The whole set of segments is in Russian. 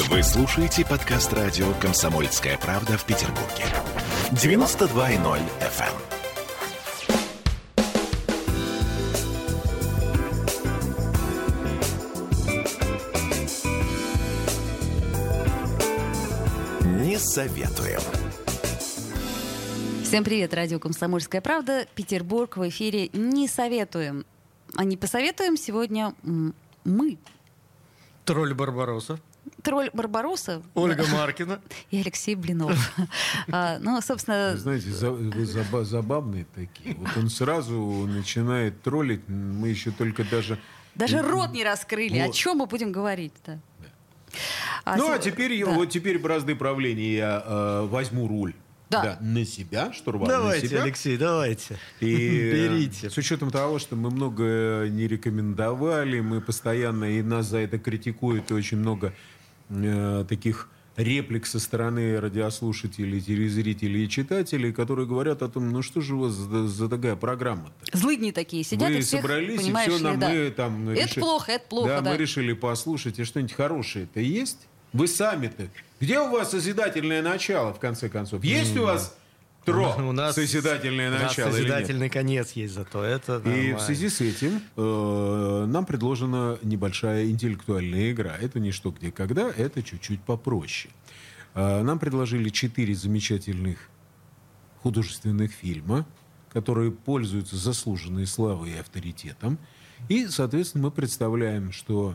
Вы слушаете подкаст радио «Комсомольская правда» в Петербурге. 92.0 FM. Не советуем. Всем привет, радио «Комсомольская правда», Петербург, в эфире «Не советуем». А не посоветуем сегодня мы. Тролль Барбаросса. Тролль Барбаросса. Ольга Маркина. И Алексей Блинов. Ну, собственно... Вы знаете, вы забавные такие. Вот он сразу начинает троллить, мы еще только даже... Даже рот не раскрыли. О чем мы будем говорить-то? А теперь бразды правления я возьму руль. Да, на себя, штурвал давайте, на себя. Алексей, давайте. И берите. С учетом того, что мы много не рекомендовали, мы постоянно, и нас за это критикуют, и очень много таких реплик со стороны радиослушателей, телезрителей и читателей, которые говорят о том, ну что же у вас за такая программа-то? Злыдни такие сидят вы и всех, собрались, понимаешь, и все, нам мы там... Это плохо. Да, мы решили послушать, и что-нибудь хорошее-то есть? Вы сами-то... Где у вас созидательное начало, в конце концов? Есть у вас у нас созидательное начало? У нас созидательный конец есть, зато это нормально. И в связи с этим нам предложена небольшая интеллектуальная игра. Это не что, где, когда, это чуть-чуть попроще. Нам предложили 4 замечательных художественных фильма, которые пользуются заслуженной славой и авторитетом. И, соответственно, мы представляем, что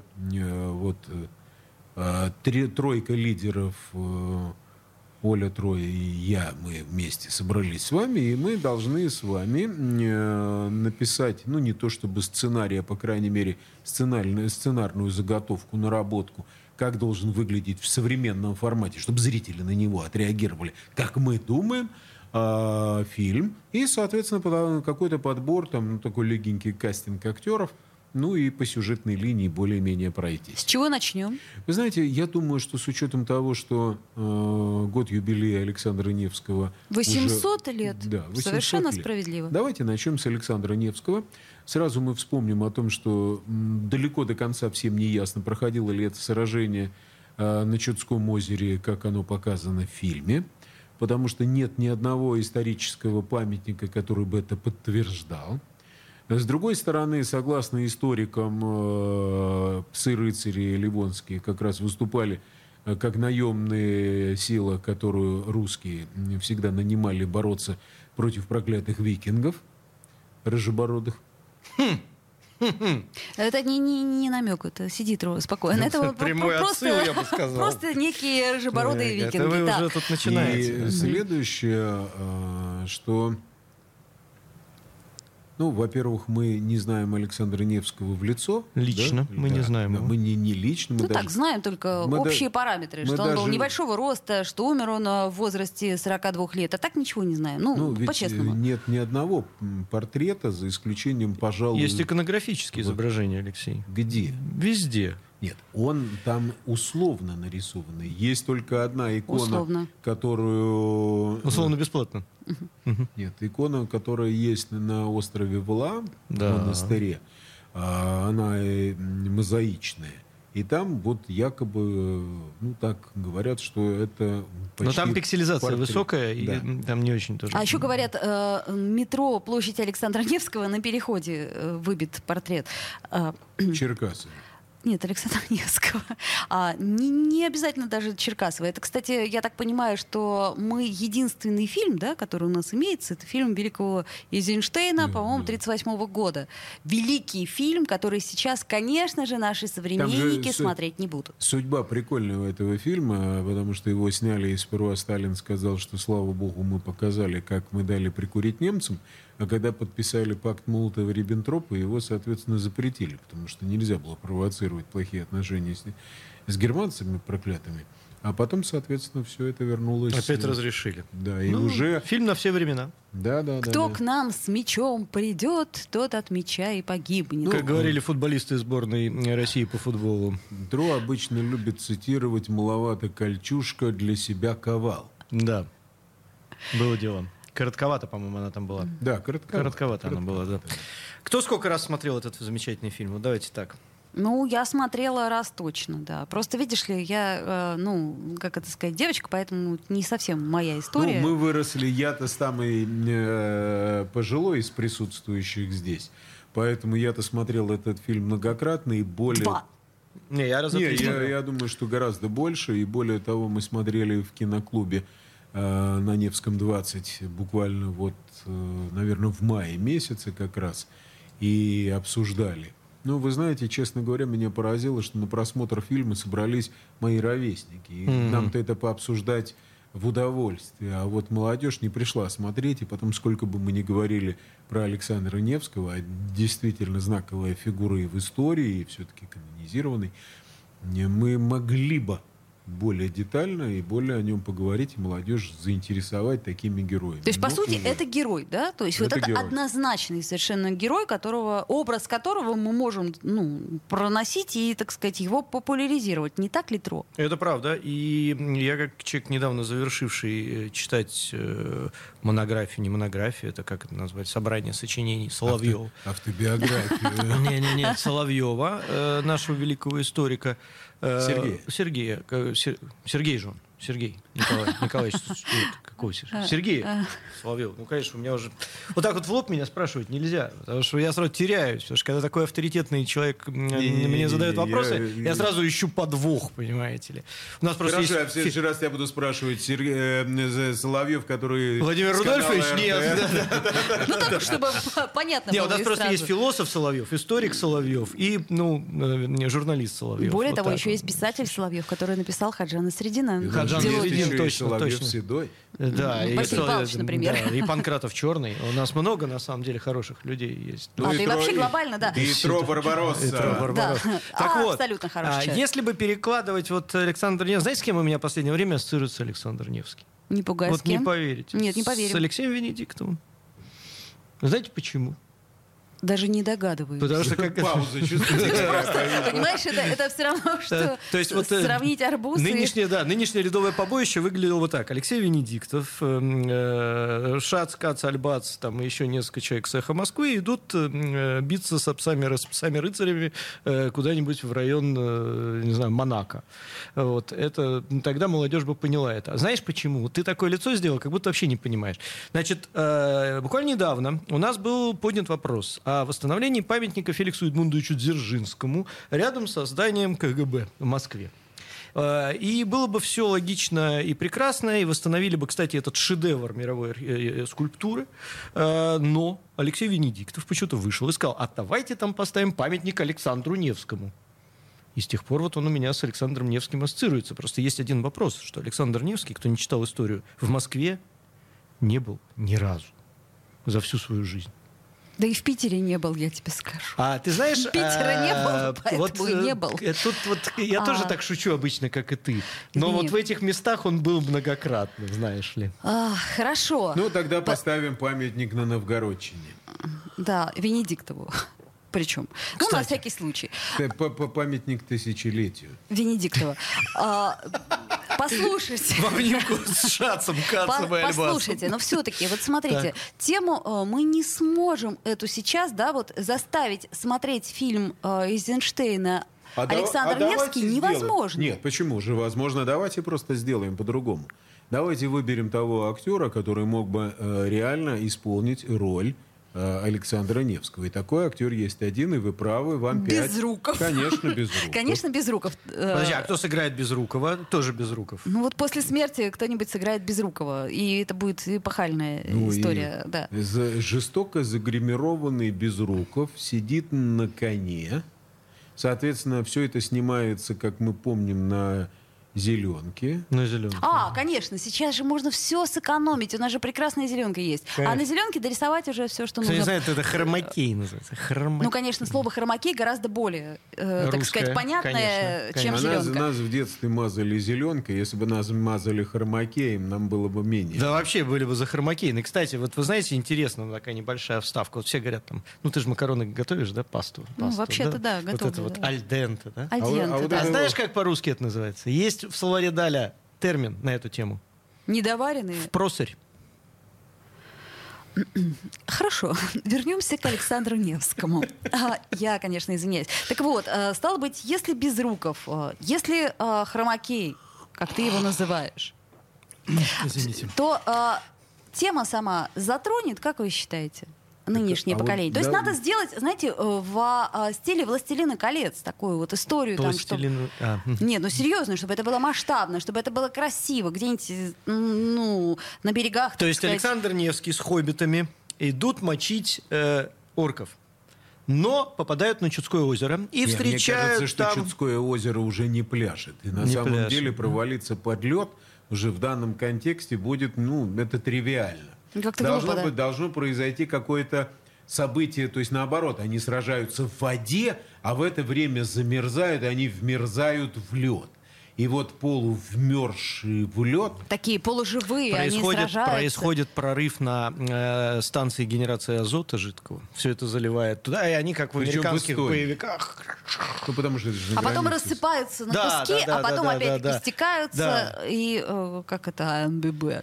тройка лидеров, Оля, Троя и я, мы вместе собрались с вами, и мы должны с вами написать, ну, не то чтобы сценарий, а, по крайней мере, сценарную заготовку, наработку, как должен выглядеть в современном формате, чтобы зрители на него отреагировали, как мы думаем, фильм. И, соответственно, какой-то подбор, там, такой легенький кастинг актеров, ну и по сюжетной линии более-менее пройтись. С чего начнем? Вы знаете, я думаю, что с учетом того, что год юбилея Александра Невского... 800 лет? Да, 800 совершенно лет. Справедливо. Давайте начнем с Александра Невского. Сразу мы вспомним о том, что далеко до конца всем не ясно, проходило ли это сражение на Чудском озере, как оно показано в фильме, потому что нет ни одного исторического памятника, который бы это подтверждал. С другой стороны, согласно историкам, псы-рыцари ливонские как раз выступали как наемная сила, которую русские всегда нанимали бороться против проклятых викингов, рыжебородых. Это не намек, это сиди спокойно. Это прямой отсыл, я бы сказал. Просто некие рыжебородые викинги. Это вы уже тут начинаете. И следующее, что... Ну, во-первых, мы не знаем Александра Невского в лицо. Лично мы не знаем его. Мы не лично. Мы так, знаем только общие параметры. Что он был небольшого роста, что умер он в возрасте 42 лет. А так ничего не знаем. Ну ведь по-честному. Нет ни одного портрета, за исключением, пожалуй... Есть иконографические изображения, Алексей. Где? Везде. Нет, он там условно нарисованный. Есть только одна икона, которую... Условно-бесплатно. Нет, икона, которая есть на острове Валаам, в монастыре, она мозаичная. И там вот якобы, ну так говорят, что это почти... Но там пикселизация портрет. высокая, да. и там не очень тоже... А еще говорят, метро, площадь Александра Невского, на переходе выбит портрет. Черкасово. Нет, Александра Невского. Не обязательно даже Черкасова. Это, кстати, я так понимаю, что мы единственный фильм, да, который у нас имеется, это фильм великого Эйзенштейна, по-моему, 1938 года. Великий фильм, который сейчас, конечно же, наши современники смотреть не будут. Судьба прикольная у этого фильма, потому что его сняли, и сперва Сталин сказал, что, слава богу, мы показали, как мы дали прикурить немцам, а когда подписали пакт Молотова-Риббентропа, его, соответственно, запретили, потому что нельзя было провоцировать плохие отношения с германцами проклятыми. А потом, соответственно, все это вернулось... Опять разрешили. Да, и уже... Фильм на все времена. Да. Кто к нам с мечом придет, тот от меча и погибнет. Как говорили футболисты сборной России по футболу. Дро обычно любит цитировать «маловато кольчушка, для себя ковал». Да, было дело. Коротковато, по-моему, она там была. Да, коротковато она была, да. Кто сколько раз смотрел этот замечательный фильм? Вот давайте так. Ну, я смотрела раз точно, да. Просто, видишь ли, я, как это сказать, девочка, поэтому не совсем моя история. Ну, мы выросли, я-то самый пожилой из присутствующих здесь. Поэтому я-то смотрел этот фильм многократно и более... 2. Не, я Я думаю, что гораздо больше. И более того, мы смотрели в киноклубе на Невском 20 буквально наверное, в мае месяце как раз. И обсуждали. Ну, вы знаете, честно говоря, меня поразило, что на просмотр фильма собрались мои ровесники. И нам-то это пообсуждать в удовольствие. А вот молодежь не пришла смотреть. И потом, сколько бы мы ни говорили про Александра Невского, а действительно знаковая фигура и в истории, и все-таки канонизированный, мы могли бы более детально и более о нем поговорить, и молодежь заинтересовать такими героями. То есть, по сути, это герой, да? То есть, вот это герой. однозначный совершенно герой, образ которого мы можем проносить и, так сказать, его популяризировать. Не так ли, Тро? Это правда. И я, как человек, недавно завершивший читать монографию, не монографию, это как это назвать, собрание сочинений Соловьева. Автобиографию. Не, Соловьева, нашего великого историка. Сергея. Сергей же он. Сергей Николаевич. Какой Сергей? Сергей Соловьев. Ну, конечно, у меня уже... Вот так вот в лоб меня спрашивать нельзя, потому что я сразу теряюсь. Потому что когда такой авторитетный человек мне задает вопросы, я сразу ищу подвох, понимаете ли. У нас просто Хорошо, есть... в следующий раз я буду спрашивать Соловьев, который... Владимир Рудольфович? Нет. Ну, так, чтобы понятно Нет, было у нас и просто сразу. есть философ Соловьев, историк Соловьев и, журналист Соловьев. Более Вот того, так еще вот. есть писатель Соловьев, который написал Хаджана Средина. Хаджан Дилогию. Средин, точно, Соловьев точно. седой. Да, Василий Павлович, например. Да, и Панкратов Черный. У нас много, на самом деле, хороших людей есть. Да и вообще глобально, да. И Тро Барбаросса. Да. Так вот, Абсолютно хороший человек. если бы перекладывать Александр Невский... Знаете, с кем у меня в последнее время ассоциируется Александр Невский? Не пугай, Вот с кем? не поверите. Нет, не поверю. С Алексеем Венедиктовым. Знаете почему? Даже не догадываюсь. Потому что как... Пауза, чувствуете? Понимаешь, это все равно, что То есть вот сравнить арбуз и... нынешнее ледовое побоище выглядело вот так. Алексей Венедиктов, Шац, Кац, Альбац, там и еще несколько человек с «Эхо Москвы» идут биться с псами-рыцарями куда-нибудь в район, не знаю, Монако. Вот. Это, тогда молодежь бы поняла это. А знаешь почему? Ты такое лицо сделал, как будто вообще не понимаешь. Значит, буквально недавно у нас был поднят вопрос о восстановлении памятника Феликсу Эдмундовичу Дзержинскому рядом со зданием КГБ в Москве. И было бы все логично и прекрасно, и восстановили бы, кстати, этот шедевр мировой скульптуры. Но Алексей Венедиктов почему-то вышел и сказал: а давайте там поставим памятник Александру Невскому. И с тех пор вот он у меня с Александром Невским ассоциируется. Просто есть один вопрос, что Александр Невский, кто не читал историю, в Москве не был ни разу за всю свою жизнь. Да и в Питере не был, я тебе скажу. А ты знаешь, Питера не было, поэтому и не был. Тут вот я тоже так шучу обычно, как и ты. Но Извини. вот в этих местах он был многократно, знаешь ли. Хорошо. Ну, тогда поставим памятник на Новгородчине. Да, Венедиктову. Причем. Ну, на Кстати. всякий случай. Памятник тысячелетию. Венедиктова. Послушайте. В обнимку с Шацем, Кацем и Альбасом. Послушайте, но все-таки, вот смотрите, тему мы не сможем эту сейчас, да, вот заставить смотреть фильм Эйзенштейна Александр Невский невозможно. Нет, почему же возможно? Давайте просто сделаем по-другому. Давайте выберем того актера, который мог бы реально исполнить роль Александра Невского. И такой актер есть один, и вы правы, вам 5. Безруков. Конечно, Безруков. Конечно, Безруков. Подожди, а кто сыграет Безрукова? Тоже Безруков. Ну вот после смерти кто-нибудь сыграет Безрукова, и это будет эпохальная история. Да. Жестоко загримированный Безруков сидит на коне. Соответственно, все это снимается, как мы помним, на зеленке. На зеленке. Конечно, сейчас же можно все сэкономить. У нас же прекрасная зеленка есть. Конечно. А на зеленке дорисовать уже все, что Кто не нужно. знает, это хромакей называется. Ну, конечно, слово хромакей гораздо более, так Русское, сказать, понятное, конечно, чем конечно. зеленка. Нас в детстве мазали зеленкой. Если бы нас мазали хромакеем, нам было бы менее. Да вообще были бы за хромакейны. Кстати, вот вы знаете, интересно, такая небольшая вставка. Вот все говорят там, ну ты же макароны готовишь, да, пасту? Вообще-то да, Вот готовлю, это вот да. альденте, да? Альденте, вот да. А это знаешь, как по-русски это называется? Есть в словаре Даля термин на эту тему. Недоваренные. Просырь. Хорошо, вернемся к Александру Невскому. Я, конечно, извиняюсь. Так вот, стало быть, если Безруков, если Хромакей, как ты его называешь, Извините. то тема сама затронет, как вы считаете, нынешнее поколение? То есть надо сделать, знаете, в стиле «Властелина колец» такую вот историю. Там, чтобы... Нет, ну серьезно, чтобы это было масштабно, чтобы это было красиво, где-нибудь на берегах. То есть Александр Невский с хоббитами идут мочить орков, но попадают на Чудское озеро и встречают мне кажется, что там... Чудское озеро уже не пляшет. И на самом деле провалиться под лед уже в данном контексте будет, это тривиально. Должно произойти какое-то событие, то есть наоборот, они сражаются в воде, а в это время замерзают, и они вмерзают в лед. И вот полувмерзшие в лед... Такие полуживые, они сражаются. Происходит прорыв на станции генерации азота жидкого. Все это заливает туда, и они, как в американских боевиках... потому что это же а потом рассыпаются на куски, а потом опять истекаются, и как это, I'll be back.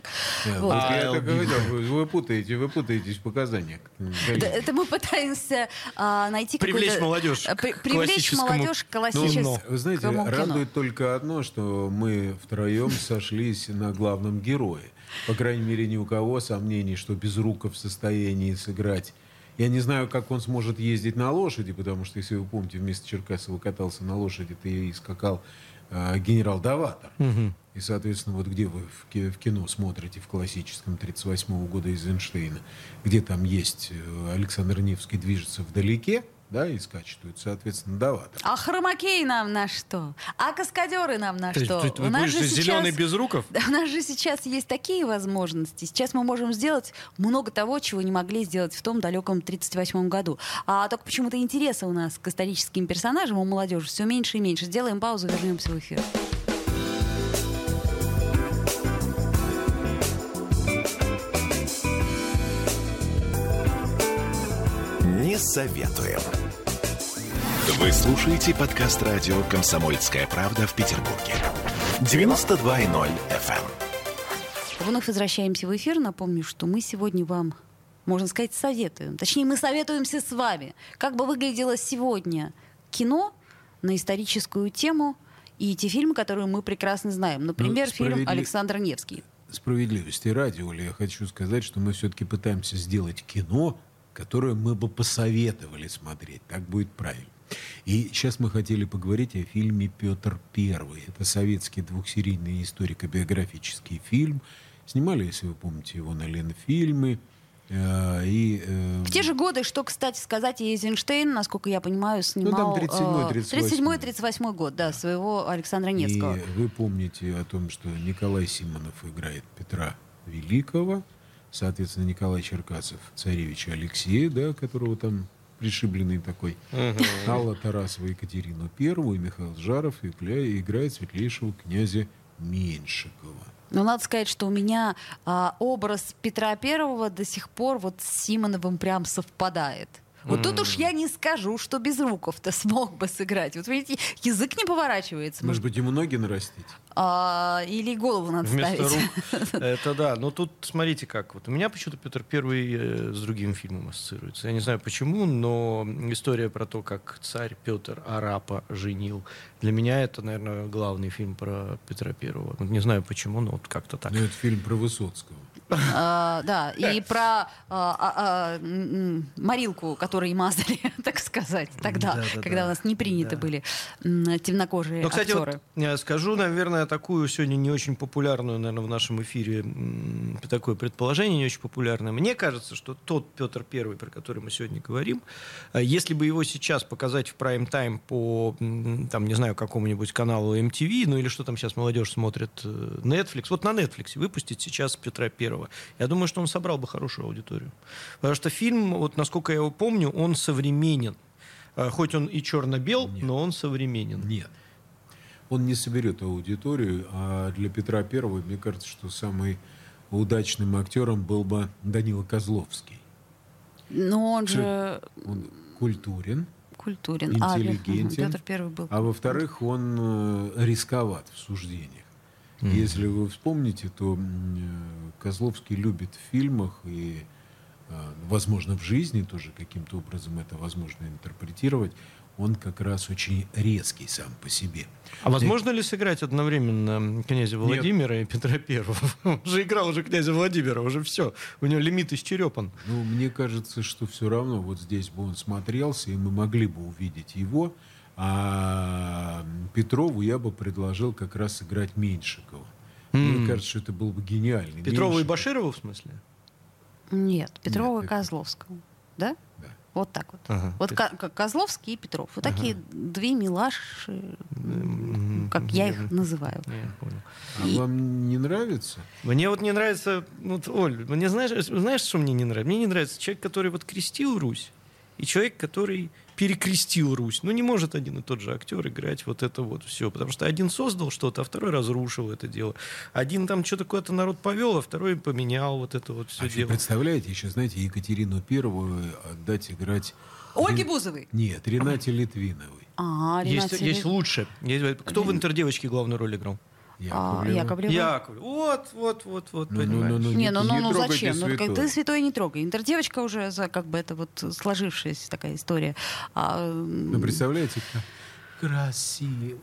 Вы путаетесь в показаниях. Это мы пытаемся найти привлечь молодежь к классическому. Вы знаете, радует только одно, что мы втроем сошлись на главном герое. По крайней мере, ни у кого сомнений, что Безруков в состоянии сыграть. Я не знаю, как он сможет ездить на лошади, потому что, если вы помните, вместо Черкасова катался на лошади-то и скакал генерал Даватор. И, соответственно, вот где вы в кино смотрите в классическом 1938 года Эйзенштейна, где там есть Александр Невский движется вдалеке, да, и скачивают, соответственно, Даватор. А Хромакей нам на что? А каскадеры нам на что? У нас же зеленый Безруков? У нас же сейчас есть такие возможности. Сейчас мы можем сделать много того, чего не могли сделать в том далеком 1938 году. А только почему-то интереса у нас к историческим персонажам у молодежи все меньше и меньше. Сделаем паузу, вернемся в эфир. Не советуем. Вы слушаете подкаст радио «Комсомольская правда» в Петербурге. 92.0 FM. Вновь возвращаемся в эфир. Напомню, что мы сегодня вам, можно сказать, советуем. Точнее, мы советуемся с вами. Как бы выглядело сегодня кино на историческую тему и те фильмы, которые мы прекрасно знаем. Например, фильм «Александр Невский». Справедливости ради, Оля, я хочу сказать, что мы все-таки пытаемся сделать кино, которое мы бы посоветовали смотреть. Так будет правильно. И сейчас мы хотели поговорить о фильме «Петр I». Это советский двухсерийный историко-биографический фильм. Снимали, если вы помните, его на Ленфильме. В те же годы, что, кстати сказать, и Эйзенштейн, насколько я понимаю, снимал... 37-38 год, да, своего Александра Невского. И вы помните о том, что Николай Симонов играет Петра Великого, соответственно, Николай Черкасов царевича Алексея, да, которого там пришибленный такой. Алла Тарасова Екатерину I, и Михаил Жаров играет светлейшего князя Меньшикова. Но надо сказать, что у меня образ Петра Первого до сих пор вот с Симоновым прям совпадает. Вот тут уж я не скажу, что Безруков-то смог бы сыграть. Вот видите, язык не поворачивается. Может быть, ему ноги нарастить? Или голову надо вместо ставить. рук. Это да. Но тут смотрите как. Вот у меня почему-то Петр Первый с другим фильмом ассоциируется. Я не знаю почему, но история про то, как царь Петр арапа женил, для меня это, наверное, главный фильм про Петра Первого. Не знаю почему, но вот как-то так. Ну, это фильм про Высоцкого. Да, и про морилку, которую мазали, так сказать, тогда, когда у нас не приняты были темнокожие актеры. Вот, скажу, наверное, такую сегодня не очень популярную, наверное, в нашем эфире такое предположение, не очень популярное. Мне кажется, что тот Петр Первый, про который мы сегодня говорим, если бы его сейчас показать в прайм-тайм по, там, не знаю, какому-нибудь каналу MTV, ну или что там сейчас молодежь смотрит, Netflix, вот на Netflix выпустить сейчас Петра Первого, я думаю, что он собрал бы хорошую аудиторию. Потому что фильм, вот насколько я его помню, он современен. Хоть он и черно-бел, но он современен. Нет. Он не соберет аудиторию, а для Петра Первого, мне кажется, что самым удачным актером был бы Данила Козловский. Но он же... Он культурен, А интеллигентен, Петр Первый был. А во-вторых, он рисковат в суждениях. Если вы вспомните, то Козловский любит в фильмах и возможно, в жизни тоже каким-то образом это возможно интерпретировать, он как раз очень резкий сам по себе. А возможно ли сыграть одновременно князя Владимира и Петра Первого? Он же играл уже князя Владимира, уже все. У него лимит исчерепан. Ну, мне кажется, что все равно вот здесь бы он смотрелся, и мы могли бы увидеть его. А Петрову я бы предложил как раз играть Меньшикова. Мне кажется, что это был бы гениальный. Петрову и Меньшиков. Баширову, в смысле? Нет, Петрова и это- Козловского. Да? Да. Вот так вот. Ага. Вот Козловский и Петров. Вот такие две милаши, как я их называю. Я понял. А вам не нравится? Мне вот не нравится, вот, Оль, мне знаешь, что мне не нравится? Мне не нравится человек, который вот крестил Русь, и человек, который перекрестил Русь. Ну, не может один и тот же актер играть вот это вот все. Потому что один создал что-то, а второй разрушил это дело. Один там что-то куда-то народ повел, а второй поменял вот это вот все А что, дело. представляете, еще, знаете, Екатерину Первую отдать играть... Ольги Бузовой. Нет, Ренате Литвиновой. Есть лучше. Кто в «Интердевочке» главную роль играл? Яковлева. Яков. Вот, понимаешь. Не, ну трогайте зачем? Ну, святое. ты святой не трогай. Интердевочка уже как бы это вот сложившаяся такая история. Ну, представляете, как красиво.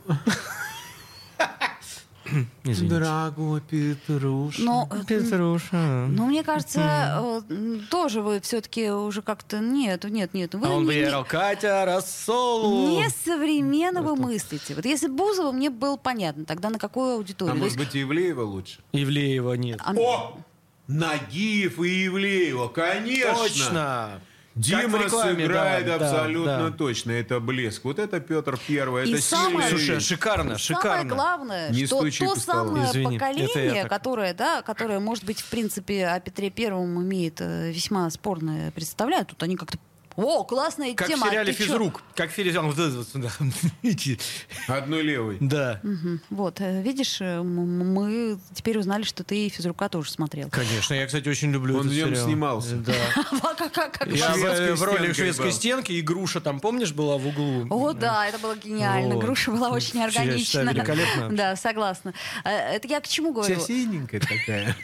Извините. Дорогой Петруша. Но, Петруша. ну, мне кажется, тоже вы все-таки уже как-то... Нет. Вы А он бы не- играл Катя Рассолу. не современно вы мыслите. Вот если Бузова, мне было понятно, тогда на какую аудиторию? А То может есть, быть, Ивлеева лучше? Ивлеева нет. О! Нагиев и Ивлеева, конечно! Точно! Как в Дима рекламе, сыграет да, абсолютно да. точно. Это блеск. Вот это Петр Первый. И Это самое- сильная Слушай, вещь. шикарно, Самое шикарно. главное, Не что стучи то по столу. самое Извини, это я поколение, так. которое, может быть, в принципе, о Петре Первом имеет весьма спорное представляет, тут они как-то... О, классная Как тема. в а сериале ты чё? «Физрук». Как в сериале... Одной левой. Да, Вот, видишь, мы теперь узнали, что ты физрука тоже смотрел. конечно. Я, кстати, очень люблю Он этот в нем сериал. снимался. Да. Как Я Шведской в роли стенкой шведской был. стенки, и Груша там, помнишь, была в углу? О, да, это было гениально. Вот. Груша была очень Я считаю, органична. великолепно. Да, согласна. Это я к чему Вся говорю? синенькая такая.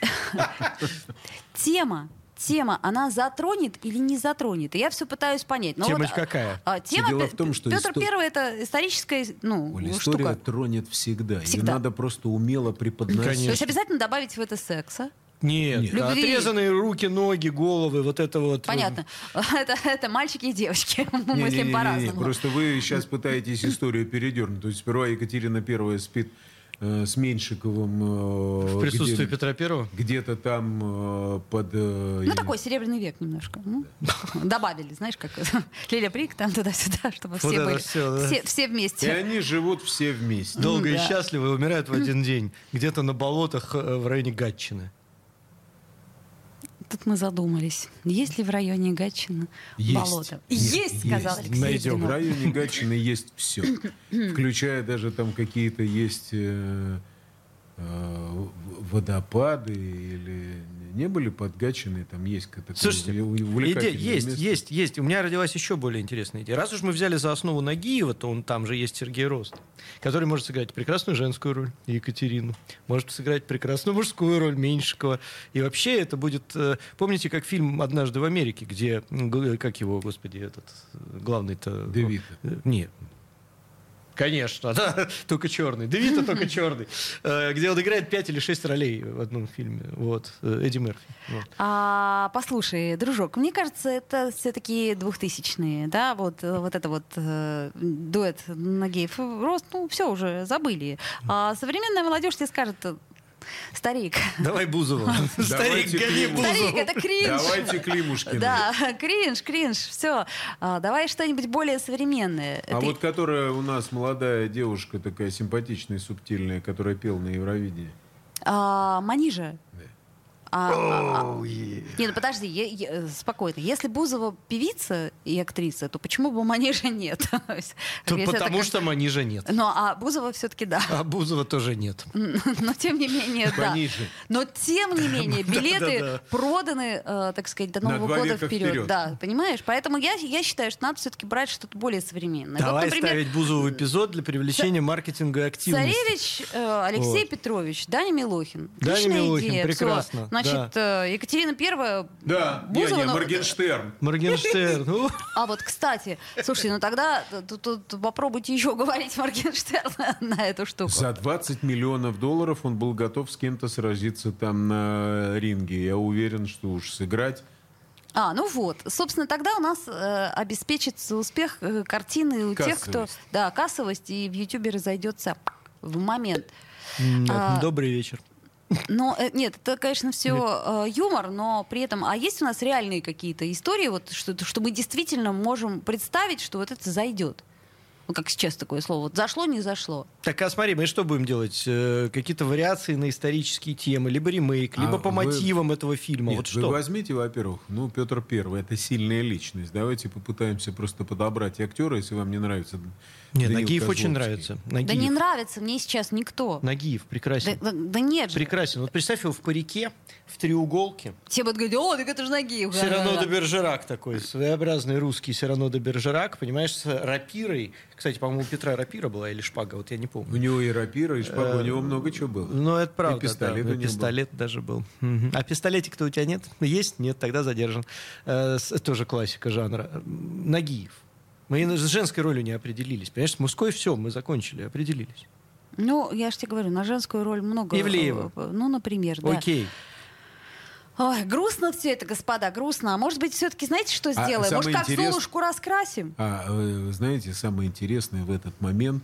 Тема, она затронет или не затронет? И я все пытаюсь понять. Но Тема вот, какая? Тема Дело в том, что Петр Первый это историческая Оля, история штука. тронет всегда. Ее Всегда. надо просто умело преподносить. То Конечно. есть обязательно добавить в это секса. Нет, Нет. Любви. отрезанные руки, ноги, головы, вот это вот. Понятно. Это мальчики и девочки. Мы мыслим Не-не-не-не, по-разному. просто вы сейчас пытаетесь историю передернуть. То есть сперва Екатерина Первая спит с Меньшиковым. В присутствии Петра Первого? Где-то там под... Ну, такой серебряный век немножко. Добавили, знаешь, как Лиля Брик, там туда-сюда, чтобы все это были. всё, да? Все И вместе. они живут все вместе. Долго и Да. счастливо и умирают в один день. Где-то на болотах в районе Гатчины. Тут мы задумались. Есть ли в районе Гатчины Есть. болото? Есть, сказал Есть. Алексей Найдем. В Ильинов. районе Гатчины есть все. Включая даже там какие-то есть водопады или... Не были под Гатчиной? Там есть такое Слушайте, увлекательное место. есть. У меня родилась еще более интересная идея. Раз уж мы взяли за основу Нагиева, то он там же есть Сергей Рост, который может сыграть прекрасную женскую роль Екатерину, может сыграть прекрасную мужскую роль Меньшикова. И вообще это будет... Помните, как фильм «Однажды в Америке», где... Как его, господи, этот главный-то... Де Вито. Нет. Конечно, да, только черный. Де Вито только черный. Где он играет 5 или 6 ролей в одном фильме. Вот. Эдди Мерфи. Вот. Послушай, дружок, мне кажется, это все-таки 2000-е, да, вот это вот дуэт Нагиев Рост, ну, все уже забыли. А современная молодежь тебе скажет: старик. Давай Бузову. Старик, Давайте гони Климу. Старик, Бузову. это кринж. Давайте Климушкина. Да, кринж, все. Давай что-нибудь более современное. А Ты- вот которая у нас молодая девушка, такая симпатичная, субтильная, которая пела на Евровидении. Манижа. Нет, ну подожди, спокойно. Если Бузова певица и актриса, то почему бы Манижа нет? То есть, если это Потому как- что Манижа нет. Ну, а Бузова все-таки да. А Бузова тоже нет. Но тем не менее, да. Пониже. Но тем не менее, билеты проданы, так сказать, до Нового 2 года века вперед. вперед. Да, понимаешь? Поэтому я считаю, что надо все-таки брать что-то более современное. Давай вот, например, ставить Бузову в эпизод для привлечения маркетинга и активности. Царевич Алексей Петрович, Даня Милохин. Даня Отличная Милохин, идея. прекрасно. Всё. Значит, Екатерина Первая... Да, Бузова, но- Моргенштерн. Моргенштерн. Ну, А вот, кстати, слушайте, ну тогда тут попробуйте еще говорить Моргенштерна на эту штуку. За $20 миллионов он был готов с кем-то сразиться там на ринге. Я уверен, что уж сыграть. Ну вот. Собственно, тогда у нас обеспечится успех картины у тех, кто... Кассовость. Да, кассовость, и в Ютубе разойдется в момент. добрый вечер. Но нет, это, конечно, все юмор, но при этом... А есть у нас реальные какие-то истории, вот, что мы действительно можем представить, что вот это зайдет? Ну, как сейчас такое слово. Вот зашло, не зашло. Так, а смотри, мы что будем делать? Какие-то вариации на исторические темы, либо ремейк, либо по мотивам этого фильма. Нет, вот вы что? возьмите, во-первых, Петр Первый, это сильная личность. Давайте попытаемся просто подобрать актера, если вам не нравится. Нет, Даниил Нагиев очень Козловский. нравится. Да не Нагиев. нравится мне сейчас никто. Нагиев прекрасен. Да нет же. Прекрасен. Вот представь его в парике, в треуголке. Все будут говорить, так это же Нагиев. Сирано де Бержерак такой, своеобразный русский Сирано де Бержерак, понимаешь, с рапирой. Кстати, по-моему, у Петра рапира была или шпага, вот я не помню. У него и рапира, и шпага, у него много чего было. Ну, это правда. И пистолет да. у него Пистолет даже был. Мгм. А пистолетик-то у тебя нет? Есть? Нет, тогда задержан. Тоже классика жанра. Нагиев. Мы с женской ролью не определились. Понимаешь, с мужской все, мы закончили, определились. Ну, я же тебе говорю, на женскую роль много. Ивлеева. Ну, например, да. Окей. Ой, грустно все это, господа, грустно. А может быть, все-таки, знаете, что сделаем? самое Может, как интерес- Золушку раскрасим? Вы знаете, самое интересное в этот момент,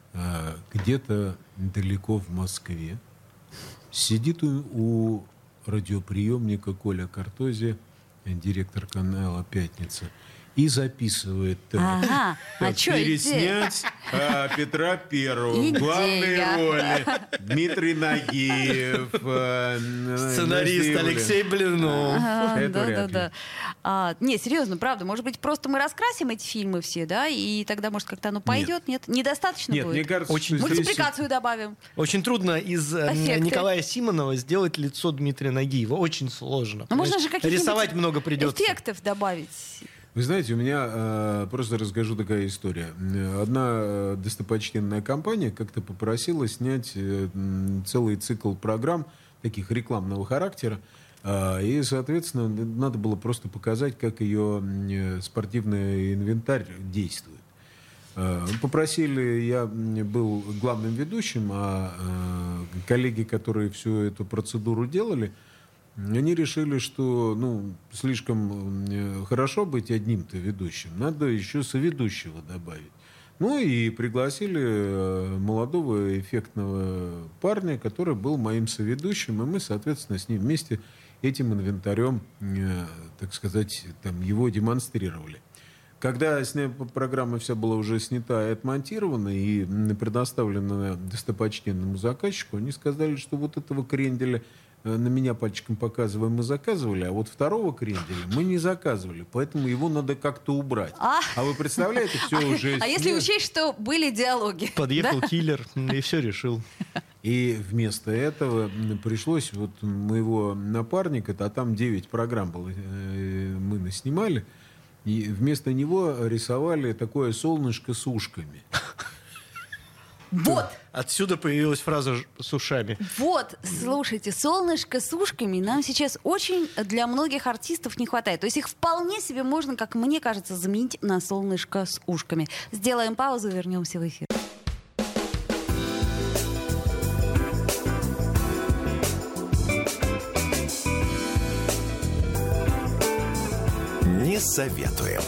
где-то далеко в Москве сидит у радиоприемника Коля Картози, директор канала «Пятница», и записывает Ага, а чё переснять Петра Первого в Идея. главной роли. Дмитрий Нагиев. Сценарист Настя Алексей Блинов. Это вряд ли. Не, серьезно, правда. Может быть, просто мы раскрасим эти фильмы все, да, и тогда, может, как-то оно пойдет? Нет? Недостаточно Нет, мне будет? кажется, Очень что здесь- Мультипликацию добавим. Очень трудно из Эффекты. Николая Симонова сделать лицо Дмитрия Нагиева. Очень сложно. Ну, можно понимаешь? же каких-нибудь Рисовать много придется. эффектов добавить. Вы знаете, у меня просто расскажу такая история. Одна достопочтенная компания как-то попросила снять целый цикл программ таких рекламного характера. И, соответственно, надо было просто показать, как ее спортивный инвентарь действует. Попросили, я был главным ведущим, а коллеги, которые всю эту процедуру делали, они решили, что слишком хорошо быть одним-то ведущим, надо еще соведущего добавить. Ну и пригласили молодого эффектного парня, который был моим соведущим, и мы, соответственно, с ним вместе этим инвентарем, так сказать, там, его демонстрировали. Когда программа вся была уже снята и отмонтирована и предоставлена достопочтенному заказчику, они сказали, что вот этого кренделя, на меня пальчиком показывая, мы заказывали, а вот второго кренделя мы не заказывали, поэтому его надо как-то убрать. А вы представляете, все уже... А если учесть, что были диалоги? Подъехал киллер и все решил. И вместо этого пришлось вот моего напарника, а там 9 программ было, мы наснимали, и вместо него рисовали такое солнышко с ушками. Вот! Отсюда появилась фраза с ушами. Вот, слушайте, солнышко с ушками нам сейчас очень для многих артистов не хватает. То есть их вполне себе можно, как мне кажется, заменить на солнышко с ушками. Сделаем паузу, вернемся в эфир. Не советуем.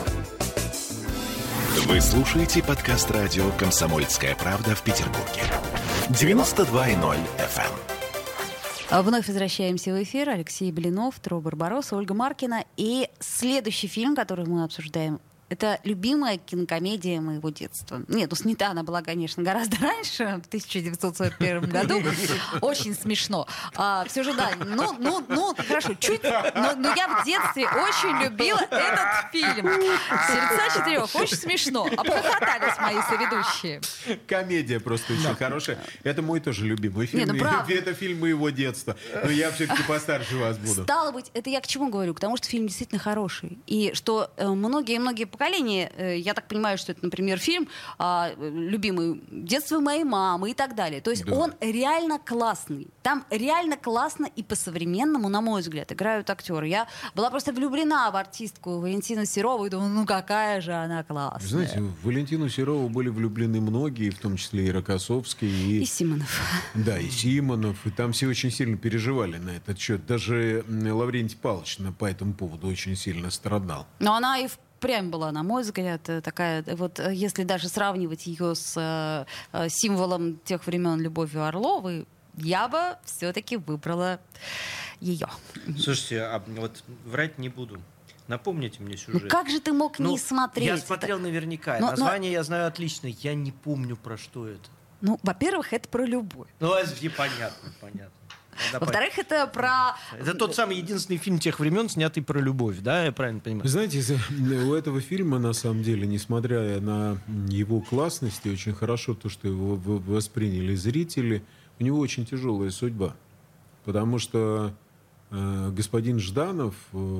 Вы слушаете подкаст радио «Комсомольская правда» в Петербурге. 92.0 FM. Вновь возвращаемся в эфир. Алексей Блинов, Тро Барбаросса, Ольга Маркина. И следующий фильм, который мы обсуждаем, это любимая кинокомедия моего детства. Нет, снята она была, конечно, гораздо раньше, в 1941 году. Очень смешно. Все же, да, хорошо, чуть. Но я в детстве очень любила этот фильм. «Сердца четырех». Очень смешно. Обхохотались мои соведущие. Комедия просто очень хорошая. Это мой тоже любимый фильм. правда. Это фильм моего детства. Но я все-таки постарше вас буду. Стало быть, это я к чему говорю? К тому, что фильм действительно хороший. И что многие поколения поколения. Я так понимаю, что это, например, фильм любимый «Детство моей мамы» и так далее. То есть он реально классный. Там реально классно и по-современному, на мой взгляд, играют актеры. Я была просто влюблена в артистку Валентину Серову и думаю, ну какая же она классная. Знаете, в Валентину Серову были влюблены многие, в том числе и Рокоссовский, И Симонов. Да, и Симонов, и там все очень сильно переживали на этот счет. Даже Лаврентий Павлович по этому поводу очень сильно страдал. Но она и впрямь была, на мой взгляд, такая, вот если даже сравнивать ее с символом тех времен Любовью Орловой, я бы все-таки выбрала ее. Слушайте, а вот врать не буду. Напомните мне сюжет. Ну как же ты мог не смотреть? Я смотрел наверняка. Название я знаю отлично. Я не помню, про что это. Ну, во-первых, это про любовь. Ну, понятно. Во-вторых, это про... Это тот самый единственный фильм тех времен, снятый про любовь, да? Я правильно понимаю? Вы знаете, у этого фильма, на самом деле, несмотря на его классность, и очень хорошо то, что его восприняли зрители, у него очень тяжелая судьба. Потому что господин Жданов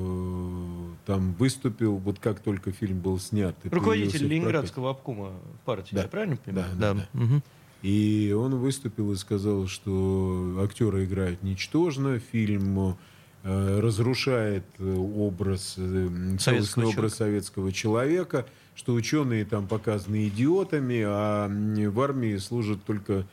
там выступил, вот как только фильм был снят. Руководитель Ленинградского обкома партии, да. Я правильно понимаю? Да. Угу. И он выступил и сказал, что актеры играют ничтожно, фильм разрушает целостный образ советского человека, что ученые там показаны идиотами, а в армии служат только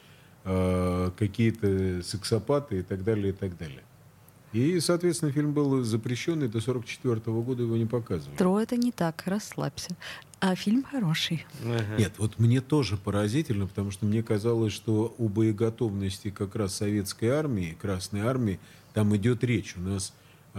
какие-то сексопаты и так далее, и так далее. И, соответственно, фильм был запрещен, и до 1944 года его не показывали. Трое это не так, расслабься. А фильм хороший. Нет, вот мне тоже поразительно, потому что мне казалось, что о боеготовности как раз советской армии, Красной армии, там идет речь. У нас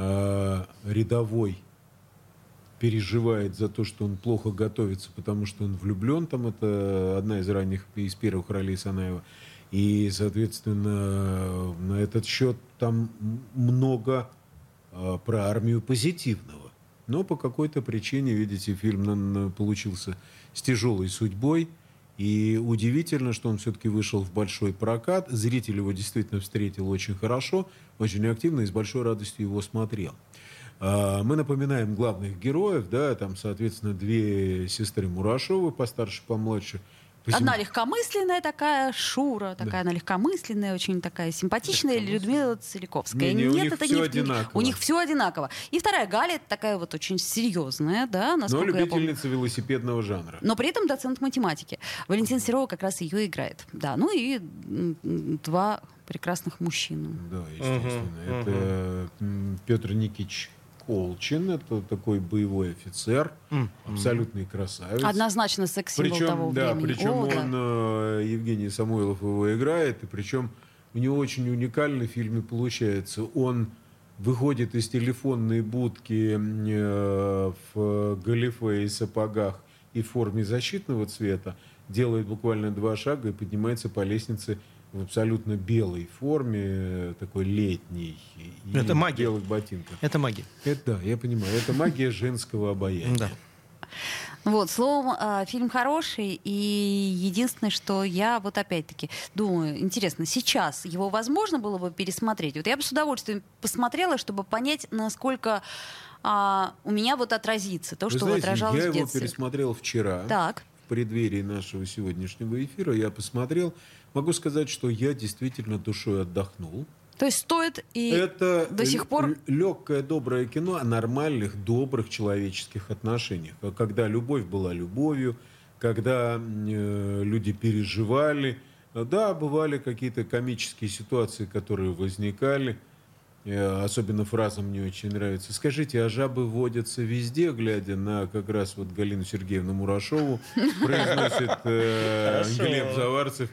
рядовой переживает за то, что он плохо готовится, потому что он влюблен, там это одна из первых ролей Санаева. И, соответственно, на этот счет там много про армию позитивного. Но по какой-то причине, видите, фильм получился с тяжелой судьбой. И удивительно, что он все-таки вышел в большой прокат. Зритель его действительно встретил очень хорошо, очень активно и с большой радостью его смотрел. Мы напоминаем главных героев, да, там, соответственно, две сестры Мурашовы, постарше, помладше. Одна легкомысленная такая, Шура, такая она легкомысленная, очень такая симпатичная, Людмила Целиковская. Нет, у них все одинаково. У них все одинаково. И вторая Галя, такая вот очень серьезная, да, насколько но я помню. любительница велосипедного жанра. Но при этом доцент математики. Валентина Серова как раз ее играет. Да, ну и два прекрасных мужчин. Да, естественно. Это Петр Никитич Колчин, это такой боевой офицер, абсолютный красавец. Однозначно секс-символ того времени. Причем он, Евгений Самойлов его играет, и причем у него очень уникальный в фильме получается. Он выходит из телефонной будки в галифе и сапогах и в форме защитного цвета, делает буквально 2 шага и поднимается по лестнице в абсолютно белой форме, такой летней. Это магия. В белых ботинках. Это магия. Это, да, я понимаю. Это магия женского обаяния. Да. Вот, словом, фильм хороший, и единственное, что я вот опять-таки думаю, интересно, сейчас его возможно было бы пересмотреть? Вот я бы с удовольствием посмотрела, чтобы понять, насколько у меня вот отразится то, что отражалось в детстве. Я его пересмотрел вчера. Так. В преддверии нашего сегодняшнего эфира я посмотрел. Могу сказать, что я действительно душой отдохнул. То есть стоит и это до сих пор... легкое, доброе кино о нормальных, добрых человеческих отношениях. Когда любовь была любовью, когда люди переживали. Да, бывали какие-то комические ситуации, которые возникали. Особенно фраза мне очень нравится. Скажите, а жабы водятся везде, глядя на как раз вот Галину Сергеевну Мурашову, произносит Глеб Заварцев.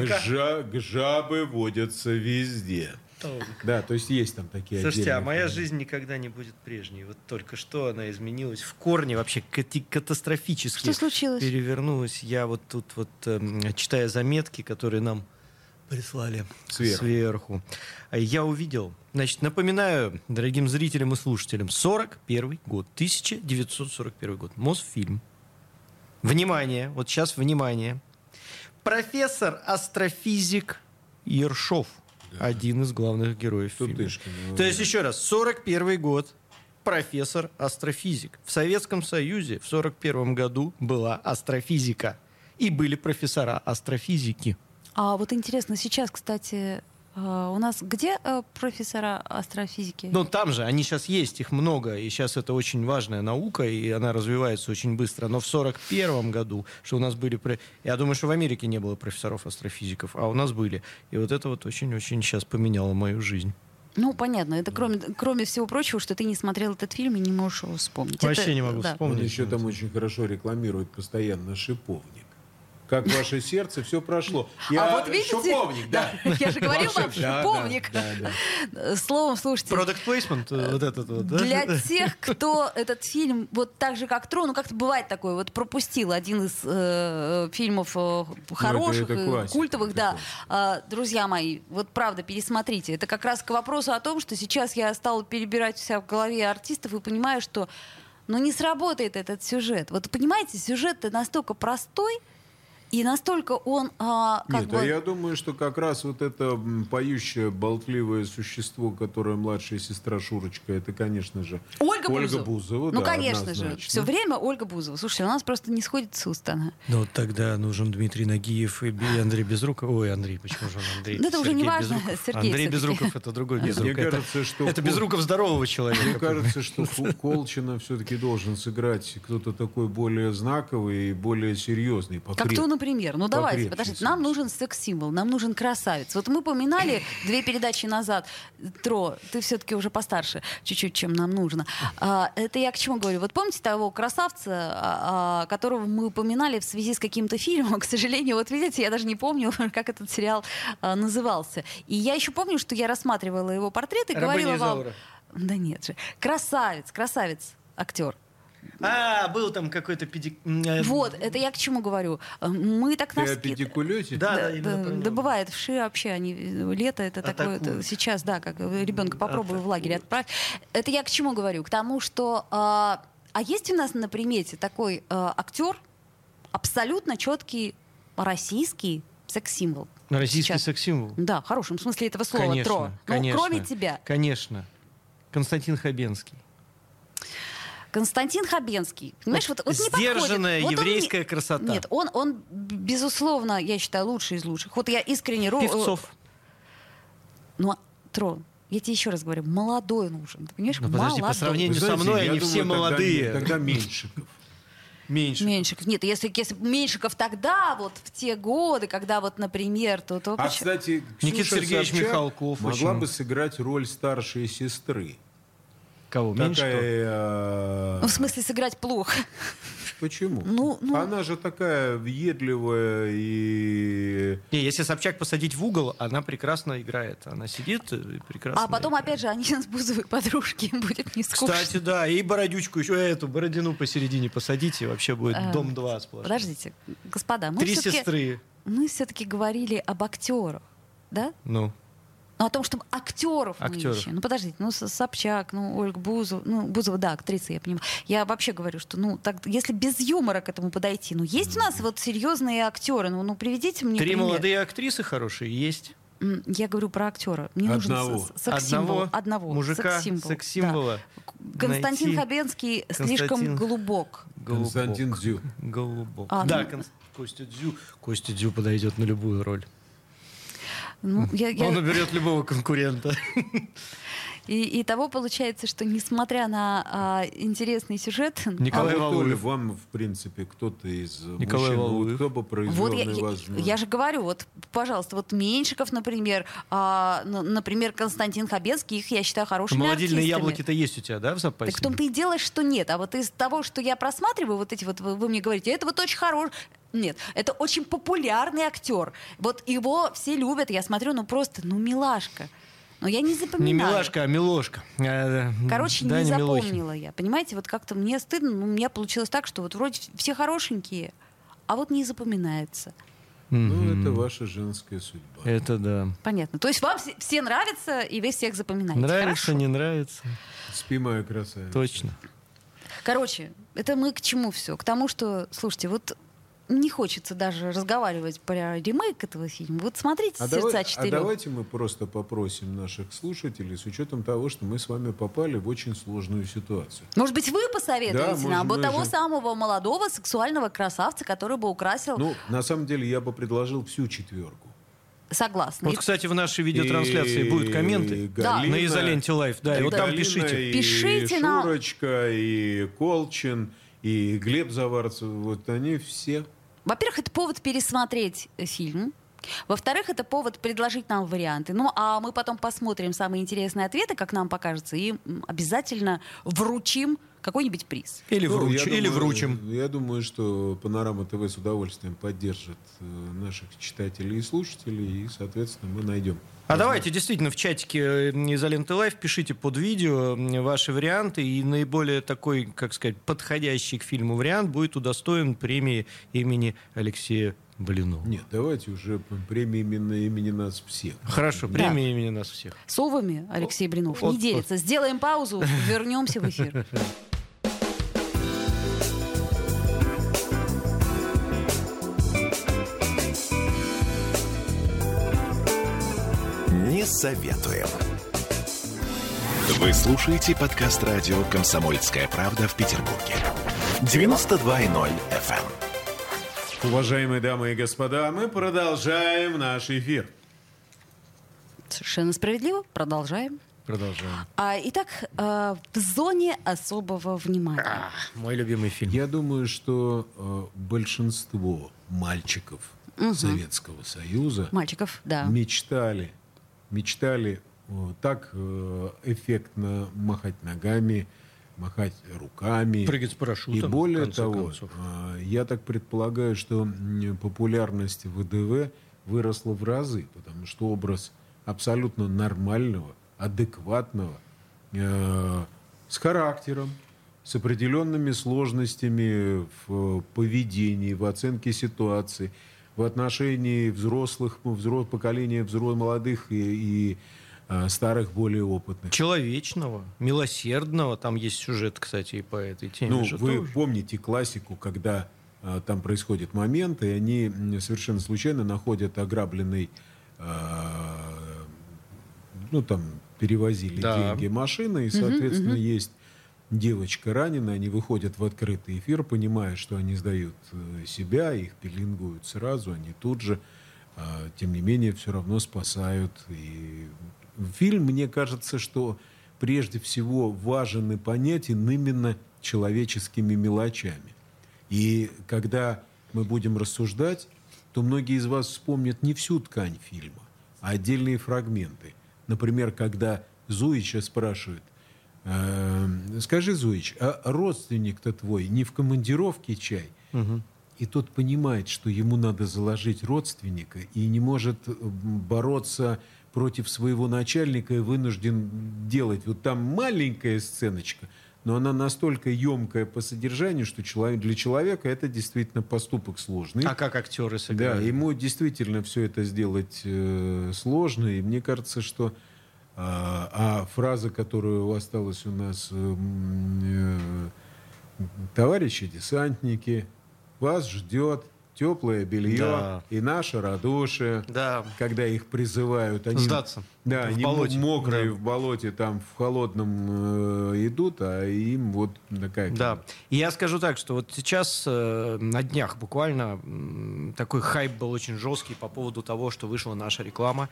Жабы водятся везде. Да, то есть есть там такие. Слушайте, а моя жизнь никогда не будет прежней. Вот только что она изменилась в корне, вообще катастрофически. Что случилось? Перевернулась. Я вот тут вот, читая заметки, которые нам прислали сверху. Я увидел, значит, напоминаю дорогим зрителям и слушателям, 41 год, 1941 год, Мосфильм. Внимание, вот сейчас внимание. Профессор-астрофизик Ершов, один из главных героев фильма. То есть еще раз, 41 год, профессор-астрофизик. В Советском Союзе в 1941 году была астрофизика. И были профессора астрофизики. А вот интересно, сейчас, кстати, у нас где профессора астрофизики? Ну, там же, они сейчас есть, их много, и сейчас это очень важная наука, и она развивается очень быстро. Но в 1941 году, что у нас были... Я думаю, что в Америке не было профессоров-астрофизиков, а у нас были. И вот это вот очень-очень сейчас поменяло мою жизнь. Ну, понятно. Это кроме всего прочего, что ты не смотрел этот фильм и не можешь его вспомнить. Вообще это, не могу да. Он вспомнить. еще там очень хорошо рекламирует постоянно шиповник. Как ваше сердце, все прошло. А вот видите, шиповник, да. Я же говорил вам, Да, шиповник. да. Словом, слушайте. Product placement, вот этот вот, да? Для тех, кто этот фильм, вот так же, как «Трон», ну, как-то бывает такое, вот пропустил один из фильмов хороших, это классика, культовых, это да. Друзья мои, вот правда, пересмотрите. Это как раз к вопросу о том, что сейчас я стала перебирать у себя в голове артистов и понимаю, что, ну, не сработает этот сюжет. Вот понимаете, сюжет-то настолько простой, и настолько он Нет, а я думаю, что как раз вот это поющее, болтливое существо, которое младшая сестра Шурочка, это, конечно же, Ольга Бузова. Ну, да, конечно же. однозначно. Все время Ольга Бузова. Слушайте, у нас просто не сходит с уст она. Ну, тогда нужен Дмитрий Нагиев и Андрей Безруков. Ой, Андрей, почему же он Андрей? Да это уже Сергей не важно, Безруков. Сергей Андрей всё-таки. Безруков — это другой Мне Безруков. кажется, что Это Безруков здорового человека. Мне кажется, что Колчина все-таки должен сыграть кто-то такой более знаковый и более серьезный. Как кто, например? Ну давайте, покрепче, подождите. Нам нужен секс-символ, нам нужен красавец. Вот мы поминали 2 передачи назад. Тро, ты все-таки уже постарше чуть-чуть, чем нам нужно. Это я к чему говорю? Вот помните того красавца, которого мы упоминали в связи с каким-то фильмом? К сожалению, вот видите, я даже не помню, как этот сериал назывался. И я еще помню, что я рассматривала его портрет и говорила вам... Изаура. Да нет же. Красавец, актер. Был там какой-то Вот, это я к чему говорю. Мы так Ты о носки... педикулете? Да, именно про него. Да бывает, вши вообще, они лето, это такое, Атакуют. сейчас, да, как ребенка попробую в лагере отправить. Это я к чему говорю? К тому, что... А есть у нас на примете такой актер, абсолютно четкий российский секс-символ. Российский Сейчас. секс-символ. Да, в хорошем смысле этого слова, Конечно, Тро. Ну, конечно. кроме тебя. Конечно. Константин Хабенский. Константин Хабенский. Понимаешь, вот не Сдержанная подходит. Вот он еврейская не- красота. Нет, он, безусловно, я считаю, лучший из лучших. Вот я искренне... Певцов. Ну, Трон, я тебе еще раз говорю, молодой нужен. Ты понимаешь, Ну, подожди, по молодой. сравнению Вы со знаете, мной я они думаю, все тогда- молодые. Тогда Меньшиков. Меньше. Меньшиков. Нет, если Меньшиков тогда, вот в те годы, когда вот, например, то... А, кстати, Никита Ксюша Сергеевич Собчак Михалков могла очень- бы сыграть роль старшей сестры. Кого? Меньшиков? Такая... Ну, в смысле, сыграть плохо. Почему? Ну. Она же такая въедливая и... Не, если Собчак посадить в угол, она прекрасно играет. Она сидит и прекрасно А потом, играет. опять же, они с Бузовой подружки, им будет не скучно. Кстати, да, и бородючку еще, эту бородину посередине посадите, и вообще будет дом 2 сплошной. Подождите, господа, мы 3 все-таки... сестры. Мы все-таки говорили об актерах, да? Ну, Ну, о том, чтобы актеров мы Актеров. ищем. Ну, подождите, Собчак, Ольга Бузова. Ну, Бузова, да, актриса, я понимаю. Я вообще говорю, что, так, если без юмора к этому подойти, есть у нас вот серьезные актеры, приведите мне 3 пример. молодые актрисы хорошие есть. Я говорю про актера. Мне Одного. нужен секс-символ. Одного. мужика, Секс-символ. секс-символа. Да. Константин найти. Хабенский Константин. слишком глубок. Константин Дзю. Голубок. А, Да, ну. Костя Дзю. Костя Дзю подойдет на любую роль. Я- Он уберет любого конкурента. И того получается, что несмотря на интересный сюжет... Николай А вот, Оля, Валуев. вам, в принципе, кто-то из Николай мужчин, Валуев. кто бы произвел Вот на вас... я же говорю, вот, пожалуйста, вот Меньшиков, например, например, Константин Хабенский, их я считаю хорошими Молодильные артистами. яблоки-то есть у тебя, да, в запасе? Так в том-то и дело, что нет. А вот из того, что я просматриваю, вот эти вот, вы мне говорите, это вот очень хороший... Нет, это очень популярный актер. Вот его все любят, я смотрю, просто, милашка. Но я не запоминаю. Не Милашка, а Милошка. Короче, не Даня Милохин. запомнила я. Понимаете, вот как-то мне стыдно, у меня получилось так, что вот вроде все хорошенькие, а вот не запоминается. Ну, это ваша женская судьба. Это да. Понятно. То есть вам все нравятся, и вы всех запоминаете. Нравится, Хорошо. не нравится. Спи, моя красавица. Точно. Короче, это мы к чему все? К тому, что, слушайте, вот не хочется даже разговаривать про ремейк этого фильма. Вот смотрите «Сердца четырех». Давайте мы просто попросим наших слушателей, с учетом того, что мы с вами попали в очень сложную ситуацию. Может быть, вы посоветуете Да, нам может, вот того же. самого молодого сексуального красавца, который бы украсил... Ну, на самом деле, я бы предложил всю четверку. Согласна. Вот, кстати, в нашей видеотрансляции будут комменты Да. на Изоленте Лайв. Да, и вот там Галина, пишите. и Пишите нам. Шурочка, и Колчин, и Глеб Заварцев. Вот они все. Во-первых, это повод пересмотреть фильм. Во-вторых, это повод предложить нам варианты. Ну, а мы потом посмотрим самые интересные ответы, как нам покажется, и обязательно вручим какой-нибудь приз. Или Ну, вручим. Я думаю, что Панорама ТВ с удовольствием поддержит наших читателей и слушателей, и, соответственно, мы найдем. А давайте действительно в чатике Изоленты Лайв пишите под видео ваши варианты, и наиболее такой, как сказать, подходящий к фильму вариант будет удостоен премии имени Алексея Блинова. Нет, давайте уже премии имени нас всех. Хорошо, премия имени нас всех. Совами Алексей Блинов Вот, не делится. Сделаем паузу, вернемся в эфир. Не советуем. Вы слушаете подкаст радио «Комсомольская правда» в Петербурге. 92.0 FM. Уважаемые дамы и господа, мы продолжаем наш эфир. Совершенно справедливо. Продолжаем. Продолжаем. Итак, в зоне особого внимания. Мой любимый фильм. Я думаю, что большинство мальчиков Советского Союза Мальчиков, да. мечтали так эффектно махать ногами, махать руками. Прыгать с парашютом. И более в конце того, концов. я так предполагаю, что популярность ВДВ выросла в разы, потому что образ абсолютно нормального, адекватного, с характером, с определенными сложностями в поведении, в оценке ситуации, в отношении поколения молодых и старых, более опытных. Человечного, милосердного. Там есть сюжет, кстати, и по этой теме. Ну, же вы тоже. помните классику, когда там происходит момент, и они совершенно случайно находят ограбленный, перевозили Да. деньги машины, и, соответственно, есть девочка раненая, они выходят в открытый эфир, понимая, что они сдают себя, их пеленгуют сразу, они тут же, тем не менее, все равно спасают. И фильм, мне кажется, что прежде всего важен и понятен именно человеческими мелочами. И когда мы будем рассуждать, то многие из вас вспомнят не всю ткань фильма, а отдельные фрагменты. Например, когда Зуича спрашивают: скажи, Зуич, а родственник-то твой не в командировке чай? И тот понимает, что ему надо заложить родственника, и не может бороться против своего начальника, и вынужден делать. Вот там маленькая сценочка, но она настолько емкая по содержанию, что для человека это действительно поступок сложный. А как актеры Да, сыграли? ему действительно все это сделать сложно, и мне кажется, что фраза, которая осталась у нас: товарищи десантники, вас ждет теплое белье, Да. и наше радушие. Да. Когда их призывают, они, Сдаться. да, В они болоте. мокрые Да. в болоте, там в холодном идут, а им вот такая. Да. И я скажу так, что вот сейчас на днях буквально такой хайп был очень жесткий по поводу того, что вышла наша реклама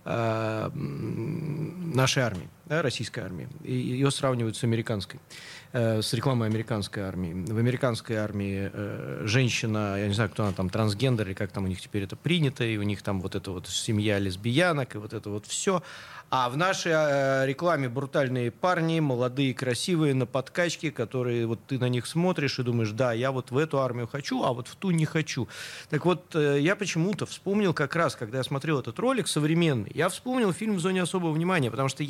нашей армии, да, российской армии. И ее сравнивают с американской, с рекламой американской армии. В американской армии женщина, я не знаю, кто она там, трансгендер, или как там у них теперь это принято, и у них там вот это вот семья лесбиянок, и вот это вот все. А в нашей рекламе брутальные парни, молодые, красивые, на подкачке, которые вот ты на них смотришь и думаешь: да, я вот в эту армию хочу, а вот в ту не хочу. Так вот, я почему-то вспомнил как раз, когда я смотрел этот ролик современный, я вспомнил фильм «В зоне особого внимания», потому что я тогда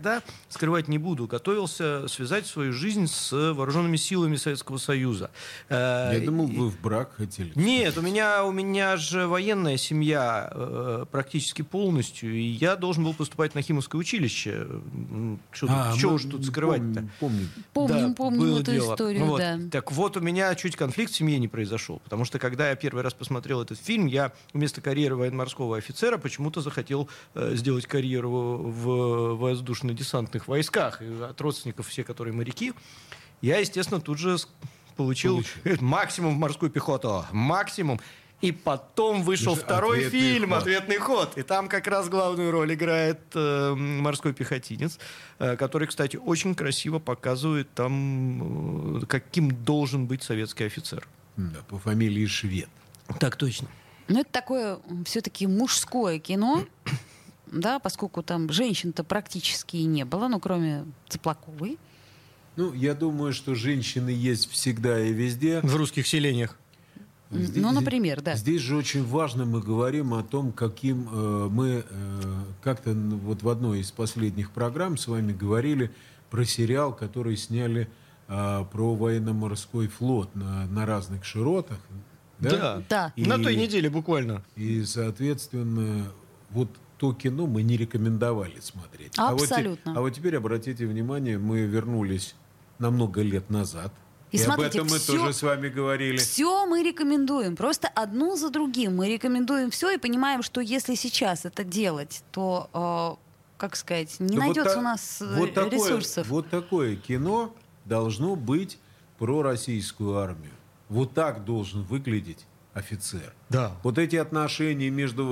никогда, скрывать не буду, готовился связать свою жизнь с вооруженными силами Советского Союза. Я думал, вы в брак хотели. Нет, у меня же военная семья практически полностью, и я должен был поступать на Химовское училище. Что уж тут скрывать-то? Помним было эту дело. историю, Вот. да. Так вот, у меня чуть конфликт в семье не произошел, потому что, когда я первый раз посмотрел этот фильм, я вместо карьеры военно-морского офицера почему-то захотел сделать карьеру в воздушно-десантных войсках. И от родственников все, которые моряки, я, естественно, тут же получил максимум в морскую пехоту. Максимум. И потом вышел второй фильм «Ответный ход». И там как раз главную роль играет морской пехотинец, который, кстати, очень красиво показывает там, каким должен быть советский офицер. Да, по фамилии Швед. Так точно. Ну, это такое все-таки мужское кино, да, поскольку там женщин-то практически и не было, ну, кроме Цыплаковой. Ну, я думаю, что женщины есть всегда и везде. В русских селениях. Ну, например, да. Здесь же очень важно, мы говорим о том, каким мы как-то вот в одной из последних программ с вами говорили про сериал, который сняли про военно-морской флот на разных широтах. Да. Да. На той неделе буквально. И, соответственно, вот то кино мы не рекомендовали смотреть. Абсолютно. А вот теперь обратите внимание, мы вернулись на много лет назад. И смотрите, об этом мы тоже с вами говорили. Все мы рекомендуем, просто одну за другим. Мы рекомендуем все и понимаем, что если сейчас это делать, то, как сказать, не найдется у нас ресурсов. Вот такое кино должно быть про российскую армию. Вот так должен выглядеть офицер. Да. Вот эти отношения между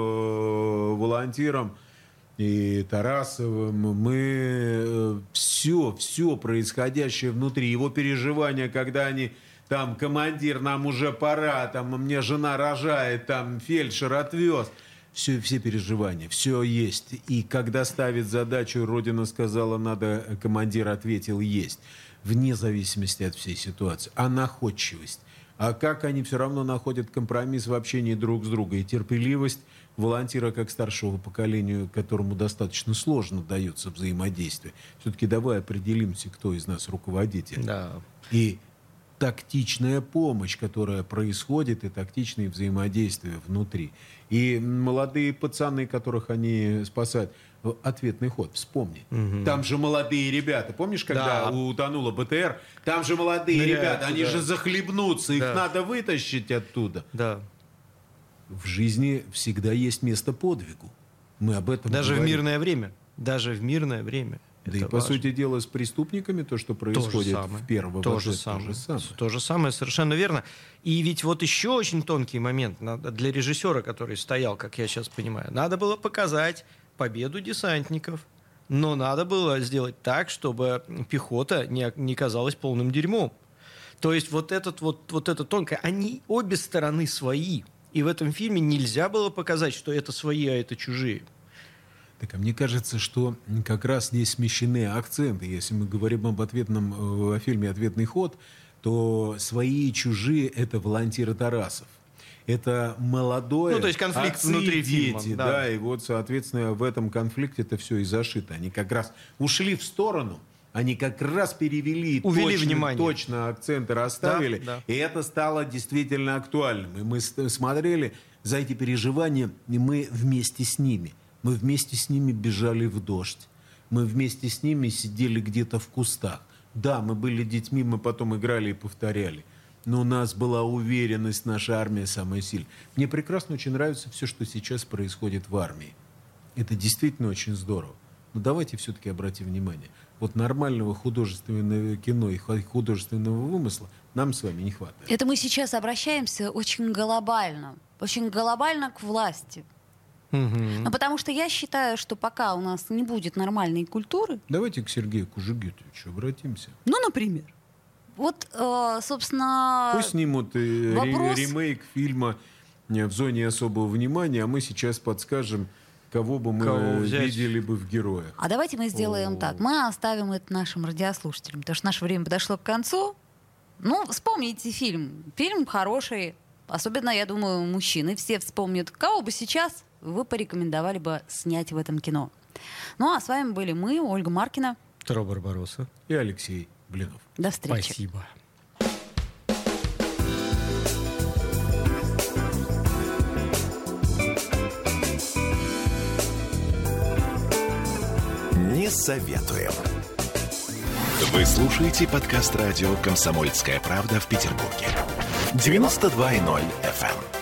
волонтером и Тарасовым, мы все происходящее внутри, его переживания, когда они там, командир, нам уже пора, там, мне жена рожает, там, фельдшер отвез. Все переживания, все есть. И когда ставит задачу, Родина сказала, надо, командир ответил, есть. Вне зависимости от всей ситуации. А находчивость. А как они все равно находят компромисс в общении друг с другом. И терпеливость волонтера как старшего поколения, которому достаточно сложно дается взаимодействие. Все-таки давай определимся, кто из нас руководитель. Да. И тактичная помощь, которая происходит, и тактичные взаимодействия внутри. И молодые пацаны, которых они спасают, ответный ход, вспомни. Угу. Там же молодые ребята. Помнишь, когда утонула БТР? Там же молодые ребята, они же захлебнутся, их надо вытащить оттуда. Да. В жизни всегда есть место подвигу. Мы об этом Даже говорим. в мирное время. Даже в мирное время. Да и, по сути дела, с преступниками то, что происходит в первом то же самое. То же самое, совершенно верно. И ведь вот еще очень тонкий момент для режиссера, который стоял, как я сейчас понимаю. Надо было показать победу десантников, но надо было сделать так, чтобы пехота не казалась полным дерьмом. То есть вот это тонкое. Они обе стороны свои. И в этом фильме нельзя было показать, что это свои, а это чужие. Так, а мне кажется, что как раз здесь смещены акценты. Если мы говорим о фильме «Ответный ход», то свои и чужие — это волонтеры Тарасов. Это молодое, то есть конфликт отцы, внутри дети, фильма. Да, и вот, соответственно, в этом конфликте это все и зашито. Они как раз ушли в сторону, они как раз увели внимание. Точно акценты расставили, да. И это стало действительно актуальным. И мы смотрели за эти переживания, и мы вместе с ними. Мы вместе с ними бежали в дождь. Мы вместе с ними сидели где-то в кустах. Да, мы были детьми, мы потом играли и повторяли. Но у нас была уверенность, наша армия самая сильная. Мне прекрасно очень нравится все, что сейчас происходит в армии. Это действительно очень здорово. Но давайте все-таки обратим внимание. Вот нормального художественного кино и художественного вымысла нам с вами не хватает. Это мы сейчас обращаемся очень глобально к власти. Ну, потому что я считаю, что пока у нас не будет нормальной культуры... Давайте к Сергею Кужугетовичу обратимся. Ну, например. Вот, собственно... Пусть снимут ремейк фильма «В зоне особого внимания», а мы сейчас подскажем, кого бы мы видели бы в героях. А давайте мы сделаем так. Мы оставим это нашим радиослушателям, потому что наше время подошло к концу. Ну, вспомните фильм. Фильм хороший. Особенно, я думаю, мужчины все вспомнят. Кого бы сейчас вы порекомендовали бы снять в этом кино? Ну, а с вами были мы, Ольга Маркина. Таро Барбароса. И Алексей Блинов. До встречи. Спасибо. Не советуем. Вы слушаете подкаст радио «Комсомольская правда» в Петербурге. 92.0 FM.